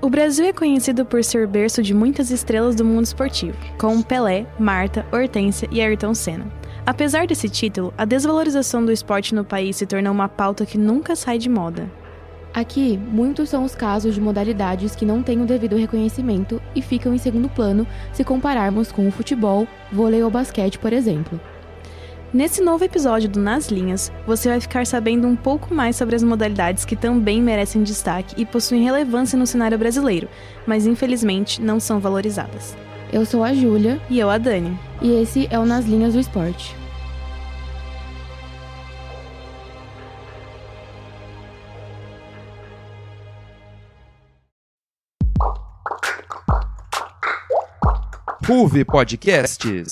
O Brasil é conhecido por ser berço de muitas estrelas do mundo esportivo, como Pelé, Marta, Hortência e Ayrton Senna. Apesar desse título, a desvalorização do esporte no país se tornou uma pauta que nunca sai de moda. Aqui, muitos são os casos de modalidades que não têm o devido reconhecimento e ficam em segundo plano se compararmos com o futebol, vôlei ou basquete, por exemplo. Nesse novo episódio do Nas Linhas, você vai ficar sabendo um pouco mais sobre as modalidades que também merecem destaque e possuem relevância no cenário brasileiro, mas infelizmente não são valorizadas. Eu sou a Júlia. E eu a Dani. E esse é o Nas Linhas do Esporte. RUV Podcasts.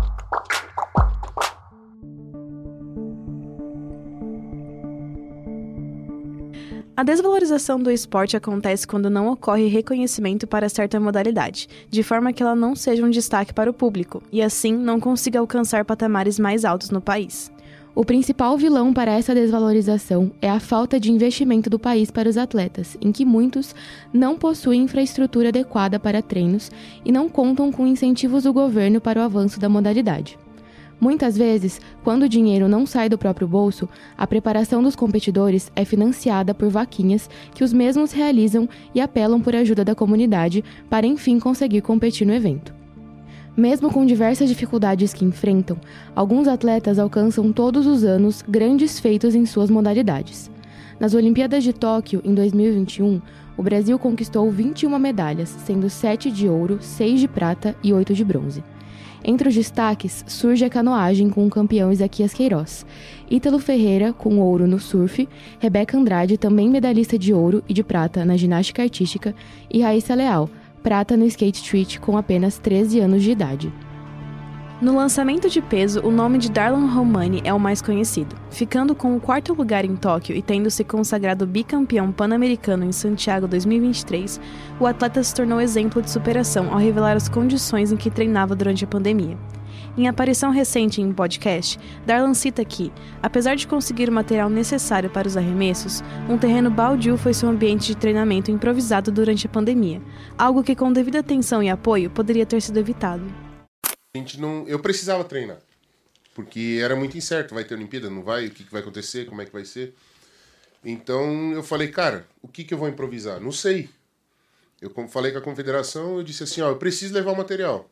A desvalorização do esporte acontece quando não ocorre reconhecimento para certa modalidade, de forma que ela não seja um destaque para o público, e assim não consiga alcançar patamares mais altos no país. O principal vilão para essa desvalorização é a falta de investimento do país para os atletas, em que muitos não possuem infraestrutura adequada para treinos e não contam com incentivos do governo para o avanço da modalidade. Muitas vezes, quando o dinheiro não sai do próprio bolso, a preparação dos competidores é financiada por vaquinhas que os mesmos realizam e apelam por ajuda da comunidade para enfim conseguir competir no evento. Mesmo com diversas dificuldades que enfrentam, alguns atletas alcançam todos os anos grandes feitos em suas modalidades. Nas Olimpíadas de Tóquio, em 2021, o Brasil conquistou 21 medalhas, sendo 7 de ouro, 6 de prata e 8 de bronze. Entre os destaques, surge a canoagem com o campeão Isaquias Queiroz, Ítalo Ferreira com ouro no surf, Rebeca Andrade, também medalhista de ouro e de prata na ginástica artística, e Raíssa Leal, prata no skate street com apenas 13 anos de idade. No lançamento de peso, o nome de Darlan Romani é o mais conhecido. Ficando com o 4º lugar em Tóquio e tendo se consagrado bicampeão pan-americano em Santiago 2023, o atleta se tornou exemplo de superação ao revelar as condições em que treinava durante a pandemia. Em aparição recente em um podcast, Darlan cita que, apesar de conseguir o material necessário para os arremessos, um terreno baldio foi seu ambiente de treinamento improvisado durante a pandemia, algo que com devida atenção e apoio poderia ter sido evitado. Eu precisava treinar, porque era muito incerto, vai ter Olimpíada, não vai, o que vai acontecer, como é que vai ser. Então eu falei, cara, o que eu vou improvisar? Não sei. Eu falei com a confederação, eu disse assim, eu preciso levar o material.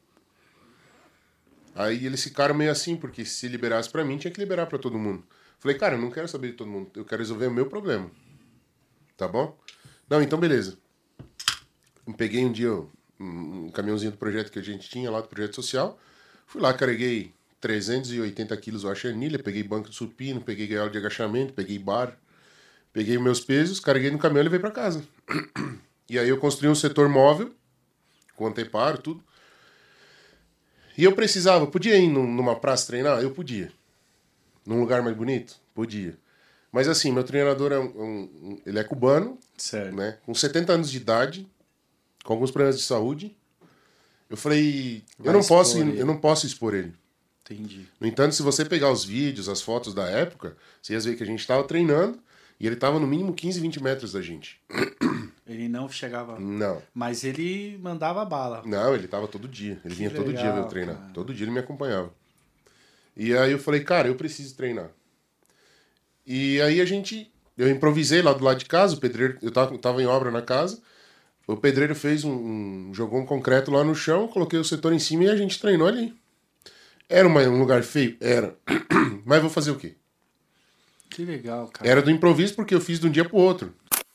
Aí eles ficaram meio assim, porque se liberasse pra mim, tinha que liberar pra todo mundo. Falei, cara, eu não quero saber de todo mundo, eu quero resolver o meu problema. Tá bom? Não, então beleza. Eu peguei um dia um caminhãozinho do projeto que a gente tinha lá, do projeto social. Fui lá, carreguei 380 quilos, eu acho, anilha, peguei banco de supino, peguei gaiola de agachamento, peguei bar, peguei meus pesos, carreguei no caminhão e levei pra casa. E aí eu construí um setor móvel, com anteparo, tudo. E eu podia ir numa praça treinar? Eu podia. Num lugar mais bonito? Podia. Mas assim, meu treinador ele é cubano, certo, né? Com 70 anos de idade, com alguns problemas de saúde. Eu falei, eu não posso expor ele. Entendi. No entanto, se você pegar os vídeos, as fotos da época, você ia ver que a gente estava treinando e ele estava no mínimo 15, 20 metros da gente. Ele não chegava... Não. Mas ele mandava bala. Não, ele estava todo dia. Ele vinha todo dia ver eu treinar. Cara. Todo dia ele me acompanhava. E aí eu falei, cara, eu preciso treinar. E aí eu improvisei lá do lado de casa, o pedreiro, eu tava em obra na casa, o pedreiro fez jogou um concreto lá no chão, coloquei o setor em cima e a gente treinou ali. Era um lugar feio? Era. Mas vou fazer o quê? Que legal, cara. Era do improviso porque eu fiz de um dia pro outro.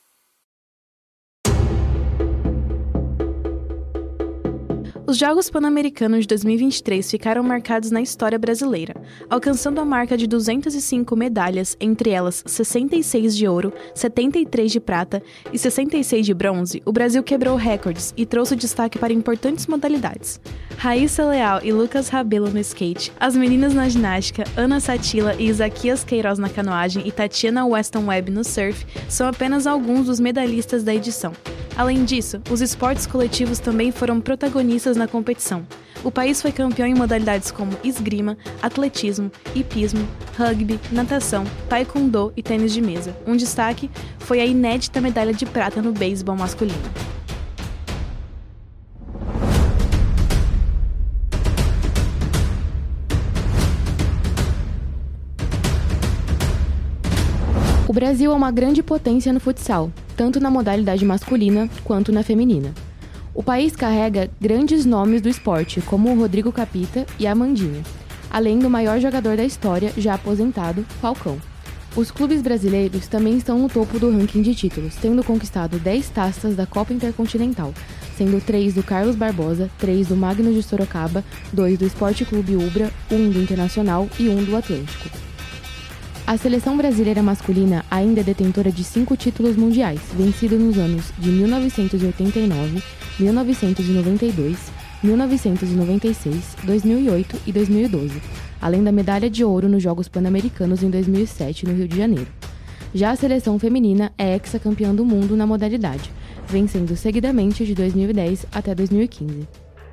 Os Jogos Pan-Americanos de 2023 ficaram marcados na história brasileira, alcançando a marca de 205 medalhas, entre elas 66 de ouro, 73 de prata e 66 de bronze. O Brasil quebrou recordes e trouxe destaque para importantes modalidades. Raíssa Leal e Lucas Rabelo no skate, as meninas na ginástica, Ana Satila e Isaquias Queiroz na canoagem e Tatiana Weston Webb no surf são apenas alguns dos medalhistas da edição. Além disso, os esportes coletivos também foram protagonistas na competição. O país foi campeão em modalidades como esgrima, atletismo, hipismo, rugby, natação, taekwondo e tênis de mesa. Um destaque foi a inédita medalha de prata no beisebol masculino. Brasil é uma grande potência no futsal, tanto na modalidade masculina quanto na feminina. O país carrega grandes nomes do esporte, como o Rodrigo Capita e a Amandinha, além do maior jogador da história, já aposentado, Falcão. Os clubes brasileiros também estão no topo do ranking de títulos, tendo conquistado 10 taças da Copa Intercontinental, sendo 3 do Carlos Barbosa, 3 do Magnus de Sorocaba, 2 do Esporte Clube Ubra, 1 do Internacional e 1 do Atlântico. A seleção brasileira masculina ainda é detentora de 5 títulos mundiais, vencidos nos anos de 1989, 1992, 1996, 2008 e 2012, além da medalha de ouro nos Jogos Pan-Americanos em 2007, no Rio de Janeiro. Já a seleção feminina é hexacampeã do mundo na modalidade, vencendo seguidamente de 2010 até 2015.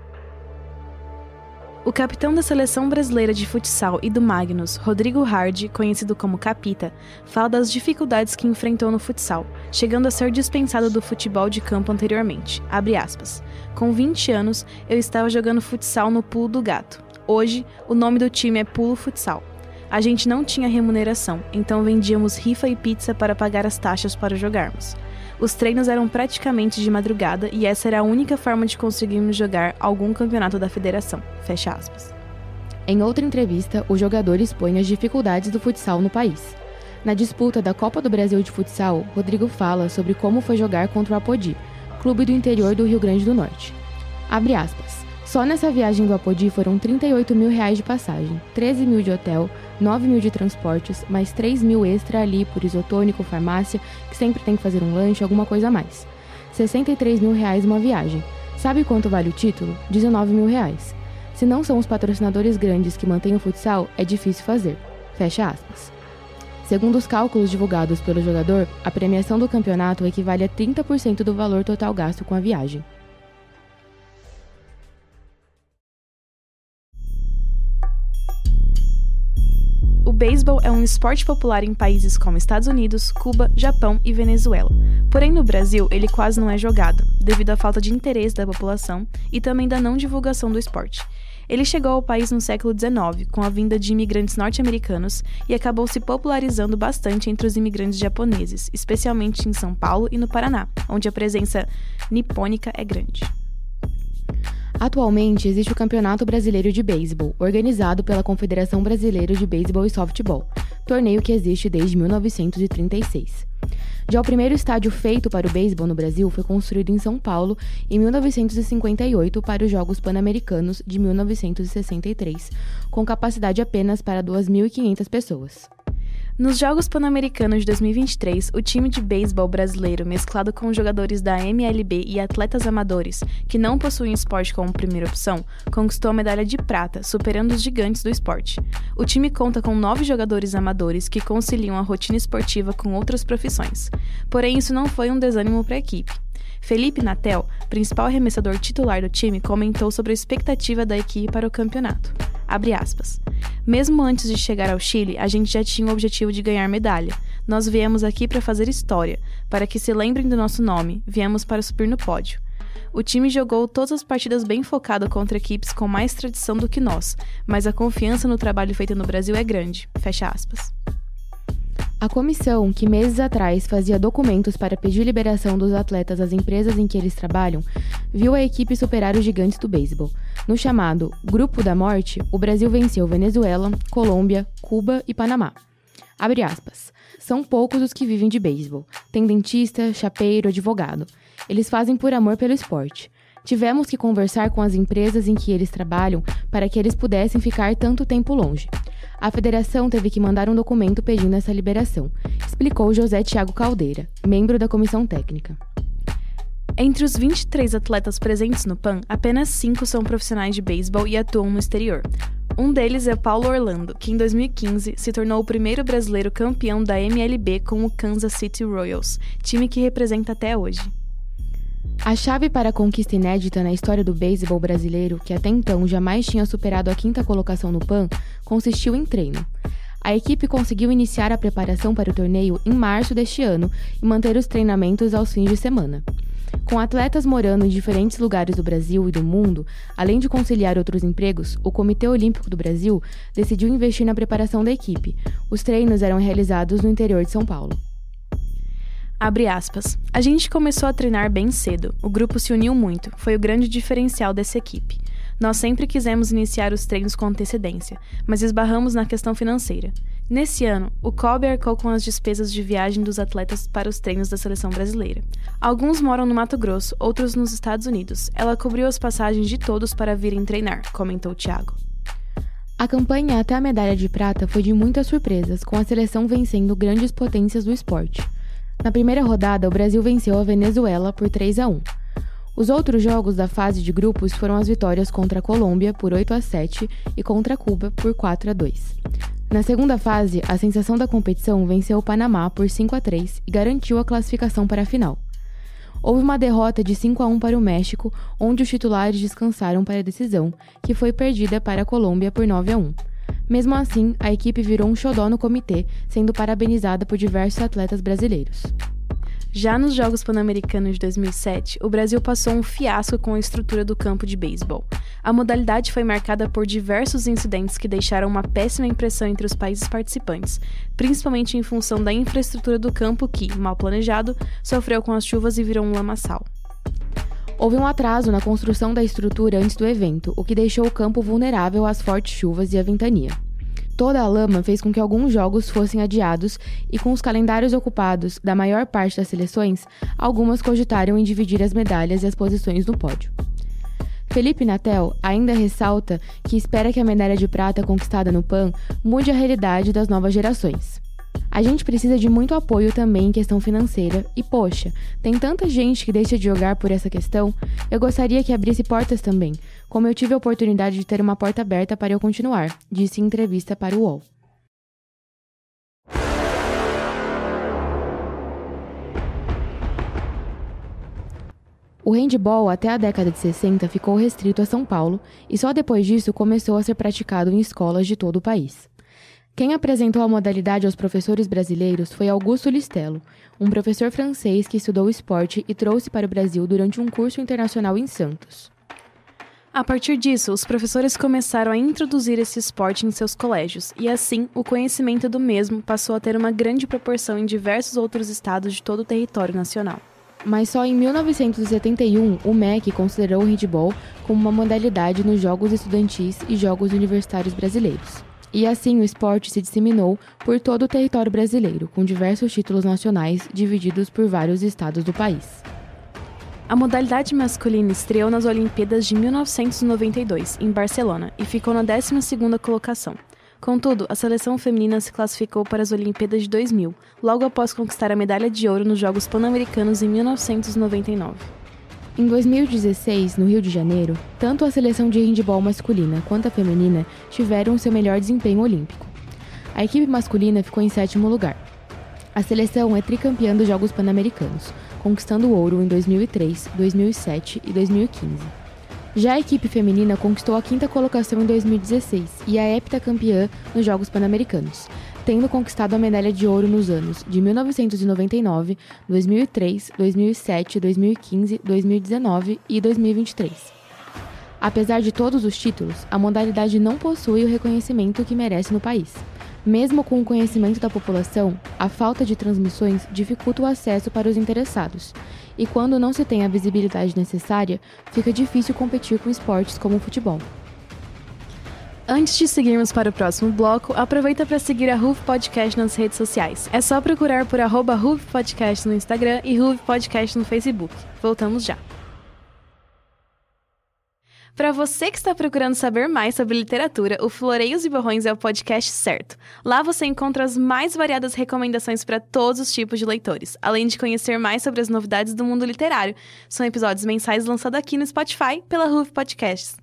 O capitão da seleção brasileira de futsal e do Magnus, Rodrigo Hardy, conhecido como Capita, fala das dificuldades que enfrentou no futsal, chegando a ser dispensado do futebol de campo anteriormente. Abre aspas. Com 20 anos, eu estava jogando futsal no Pulo do Gato. Hoje, o nome do time é Pulo Futsal. A gente não tinha remuneração, então vendíamos rifa e pizza para pagar as taxas para jogarmos. Os treinos eram praticamente de madrugada e essa era a única forma de conseguirmos jogar algum campeonato da federação. Fecha aspas. Em outra entrevista, o jogador expõe as dificuldades do futsal no país. Na disputa da Copa do Brasil de Futsal, Rodrigo fala sobre como foi jogar contra o Apodi, clube do interior do Rio Grande do Norte. Abre aspas. Só nessa viagem do Apodi foram R$38 mil de passagem, 13 mil de hotel, 9 mil de transportes, mais 3 mil extra ali por isotônico, farmácia, que sempre tem que fazer um lanche, alguma coisa a mais. 63 mil uma viagem. Sabe quanto vale o título? 19 mil. Se não são os patrocinadores grandes que mantêm o futsal, é difícil fazer. Fecha aspas. Segundo os cálculos divulgados pelo jogador, a premiação do campeonato equivale a 30% do valor total gasto com a viagem. O beisebol é um esporte popular em países como Estados Unidos, Cuba, Japão e Venezuela. Porém, no Brasil, ele quase não é jogado, devido à falta de interesse da população e também da não divulgação do esporte. Ele chegou ao país no século XIX, com a vinda de imigrantes norte-americanos, e acabou se popularizando bastante entre os imigrantes japoneses, especialmente em São Paulo e no Paraná, onde a presença nipônica é grande. Atualmente, existe o Campeonato Brasileiro de Beisebol, organizado pela Confederação Brasileira de Beisebol e Softball, torneio que existe desde 1936. Já o primeiro estádio feito para o beisebol no Brasil foi construído em São Paulo em 1958 para os Jogos Pan-Americanos de 1963, com capacidade apenas para 2.500 pessoas. Nos Jogos Pan-Americanos de 2023, o time de beisebol brasileiro, mesclado com jogadores da MLB e atletas amadores que não possuem esporte como primeira opção, conquistou a medalha de prata, superando os gigantes do esporte. O time conta com 9 jogadores amadores que conciliam a rotina esportiva com outras profissões. Porém, isso não foi um desânimo para a equipe. Felipe Natel, principal arremessador titular do time, comentou sobre a expectativa da equipe para o campeonato. Abre aspas. Mesmo antes de chegar ao Chile, a gente já tinha o objetivo de ganhar medalha. Nós viemos aqui para fazer história, para que se lembrem do nosso nome, viemos para subir no pódio. O time jogou todas as partidas bem focado contra equipes com mais tradição do que nós, mas a confiança no trabalho feito no Brasil é grande. Fecha aspas. A comissão, que meses atrás fazia documentos para pedir liberação dos atletas às empresas em que eles trabalham, viu a equipe superar os gigantes do beisebol. No chamado Grupo da Morte, o Brasil venceu Venezuela, Colômbia, Cuba e Panamá. Abre aspas. São poucos os que vivem de beisebol. Tem dentista, chapeiro, advogado. Eles fazem por amor pelo esporte. Tivemos que conversar com as empresas em que eles trabalham para que eles pudessem ficar tanto tempo longe. A federação teve que mandar um documento pedindo essa liberação, explicou José Thiago Caldeira, membro da comissão técnica. Entre os 23 atletas presentes no PAN, apenas 5 são profissionais de beisebol e atuam no exterior. Um deles é Paulo Orlando, que em 2015 se tornou o primeiro brasileiro campeão da MLB com o Kansas City Royals, time que representa até hoje. A chave para a conquista inédita na história do beisebol brasileiro, que até então jamais tinha superado a 5ª colocação no PAN, consistiu em treino. A equipe conseguiu iniciar a preparação para o torneio em março deste ano e manter os treinamentos aos fins de semana. Com atletas morando em diferentes lugares do Brasil e do mundo, além de conciliar outros empregos, o Comitê Olímpico do Brasil decidiu investir na preparação da equipe. Os treinos eram realizados no interior de São Paulo. Abre aspas. A gente começou a treinar bem cedo. O grupo se uniu muito. Foi o grande diferencial dessa equipe. Nós sempre quisemos iniciar os treinos com antecedência, mas esbarramos na questão financeira. Nesse ano, o COB arcou com as despesas de viagem dos atletas para os treinos da seleção brasileira. Alguns moram no Mato Grosso, outros nos Estados Unidos. Ela cobriu as passagens de todos para virem treinar, comentou Thiago. A campanha até a medalha de prata foi de muitas surpresas, com a seleção vencendo grandes potências do esporte. Na primeira rodada, o Brasil venceu a Venezuela por 3-1. Os outros jogos da fase de grupos foram as vitórias contra a Colômbia por 8-7 e contra Cuba por 4-2. Na segunda fase, a sensação da competição venceu o Panamá por 5-3 e garantiu a classificação para a final. Houve uma derrota de 5-1 para o México, onde os titulares descansaram para a decisão, que foi perdida para a Colômbia por 9-1. Mesmo assim, a equipe virou um xodó no comitê, sendo parabenizada por diversos atletas brasileiros. Já nos Jogos Pan-Americanos de 2007, o Brasil passou um fiasco com a estrutura do campo de beisebol. A modalidade foi marcada por diversos incidentes que deixaram uma péssima impressão entre os países participantes, principalmente em função da infraestrutura do campo que, mal planejado, sofreu com as chuvas e virou um lamaçal. Houve um atraso na construção da estrutura antes do evento, o que deixou o campo vulnerável às fortes chuvas e à ventania. Toda a lama fez com que alguns jogos fossem adiados e, com os calendários ocupados da maior parte das seleções, algumas cogitaram em dividir as medalhas e as posições no pódio. Felipe Natel ainda ressalta que espera que a medalha de prata conquistada no PAN mude a realidade das novas gerações. A gente precisa de muito apoio também em questão financeira e, poxa, tem tanta gente que deixa de jogar por essa questão, eu gostaria que abrisse portas também, como eu tive a oportunidade de ter uma porta aberta para eu continuar, disse em entrevista para o UOL. O handebol até a década de 60 ficou restrito a São Paulo e só depois disso começou a ser praticado em escolas de todo o país. Quem apresentou a modalidade aos professores brasileiros foi Augusto Listello, um professor francês que estudou o esporte e trouxe para o Brasil durante um curso internacional em Santos. A partir disso, os professores começaram a introduzir esse esporte em seus colégios, e assim, o conhecimento do mesmo passou a ter uma grande proporção em diversos outros estados de todo o território nacional. Mas só em 1971, o MEC considerou o handebol como uma modalidade nos Jogos Estudantis e Jogos Universitários Brasileiros. E assim o esporte se disseminou por todo o território brasileiro, com diversos títulos nacionais divididos por vários estados do país. A modalidade masculina estreou nas Olimpíadas de 1992, em Barcelona, e ficou na 12ª colocação. Contudo, a seleção feminina se classificou para as Olimpíadas de 2000, logo após conquistar a medalha de ouro nos Jogos Pan-Americanos em 1999. Em 2016, no Rio de Janeiro, tanto a seleção de handebol masculina quanto a feminina tiveram seu melhor desempenho olímpico. A equipe masculina ficou em 7º lugar. A seleção é tricampeã dos Jogos Pan-Americanos, conquistando o ouro em 2003, 2007 e 2015. Já a equipe feminina conquistou a 5ª colocação em 2016 e a heptacampeã nos Jogos Pan-Americanos, tendo conquistado a medalha de ouro nos anos de 1999, 2003, 2007, 2015, 2019 e 2023. Apesar de todos os títulos, a modalidade não possui o reconhecimento que merece no país. Mesmo com o conhecimento da população, a falta de transmissões dificulta o acesso para os interessados, e quando não se tem a visibilidade necessária, fica difícil competir com esportes como o futebol. Antes de seguirmos para o próximo bloco, aproveita para seguir a RUV Podcast nas redes sociais. É só procurar por @RUV Podcast no Instagram e RUV Podcast no Facebook. Voltamos já. Para você que está procurando saber mais sobre literatura, o Floreios e Borrões é o podcast certo. Lá você encontra as mais variadas recomendações para todos os tipos de leitores, além de conhecer mais sobre as novidades do mundo literário. São episódios mensais lançados aqui no Spotify pela RUV Podcasts.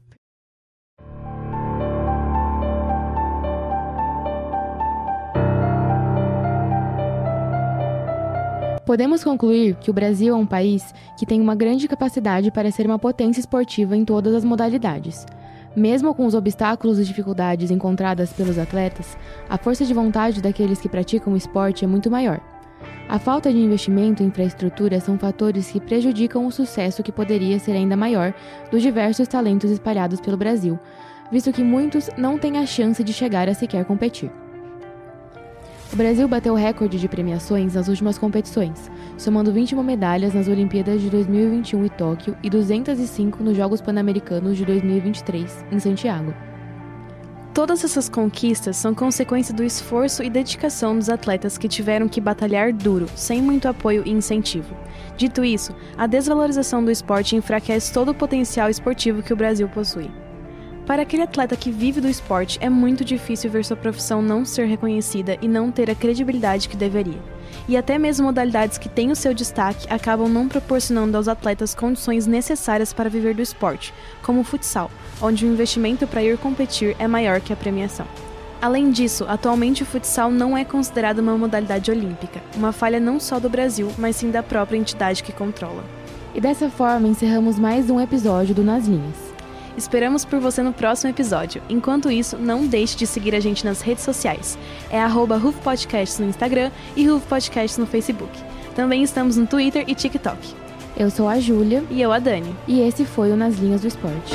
Podemos concluir que o Brasil é um país que tem uma grande capacidade para ser uma potência esportiva em todas as modalidades. Mesmo com os obstáculos e dificuldades encontradas pelos atletas, a força de vontade daqueles que praticam o esporte é muito maior. A falta de investimento em infraestrutura são fatores que prejudicam o sucesso que poderia ser ainda maior dos diversos talentos espalhados pelo Brasil, visto que muitos não têm a chance de chegar a sequer competir. O Brasil bateu recorde de premiações nas últimas competições, somando 21 medalhas nas Olimpíadas de 2021 em Tóquio e 205 nos Jogos Pan-Americanos de 2023, em Santiago. Todas essas conquistas são consequência do esforço e dedicação dos atletas que tiveram que batalhar duro, sem muito apoio e incentivo. Dito isso, a desvalorização do esporte enfraquece todo o potencial esportivo que o Brasil possui. Para aquele atleta que vive do esporte, é muito difícil ver sua profissão não ser reconhecida e não ter a credibilidade que deveria. E até mesmo modalidades que têm o seu destaque acabam não proporcionando aos atletas condições necessárias para viver do esporte, como o futsal, onde o investimento para ir competir é maior que a premiação. Além disso, atualmente o futsal não é considerado uma modalidade olímpica, uma falha não só do Brasil, mas sim da própria entidade que controla. E dessa forma encerramos mais um episódio do Nas Linhas. Esperamos por você no próximo episódio. Enquanto isso, não deixe de seguir a gente nas redes sociais. É @RufPodcasts no Instagram e RufPodcasts no Facebook. Também estamos no Twitter e TikTok. Eu sou a Júlia. E eu a Dani. E esse foi o Nas Linhas do Esporte.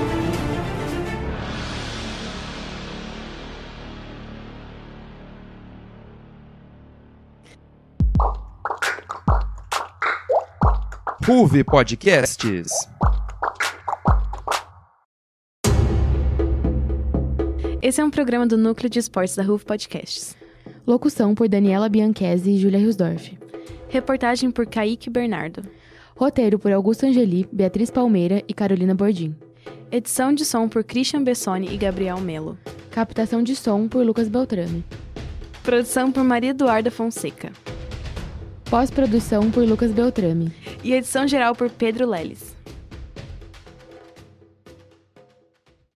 RUV Podcasts. Esse é um programa do Núcleo de Esportes da RUV Podcasts. Locução por Daniela Bianchesi e Júlia Husdorf. Reportagem por Kaique Bernardo. Roteiro por Augusto Angeli, Beatriz Palmeira e Carolina Bordim. Edição de som por Christian Bessoni e Gabriel Melo. Captação de som por Lucas Beltrame. Produção por Maria Eduarda Fonseca. Pós-produção por Lucas Beltrame. E edição geral por Pedro Leles.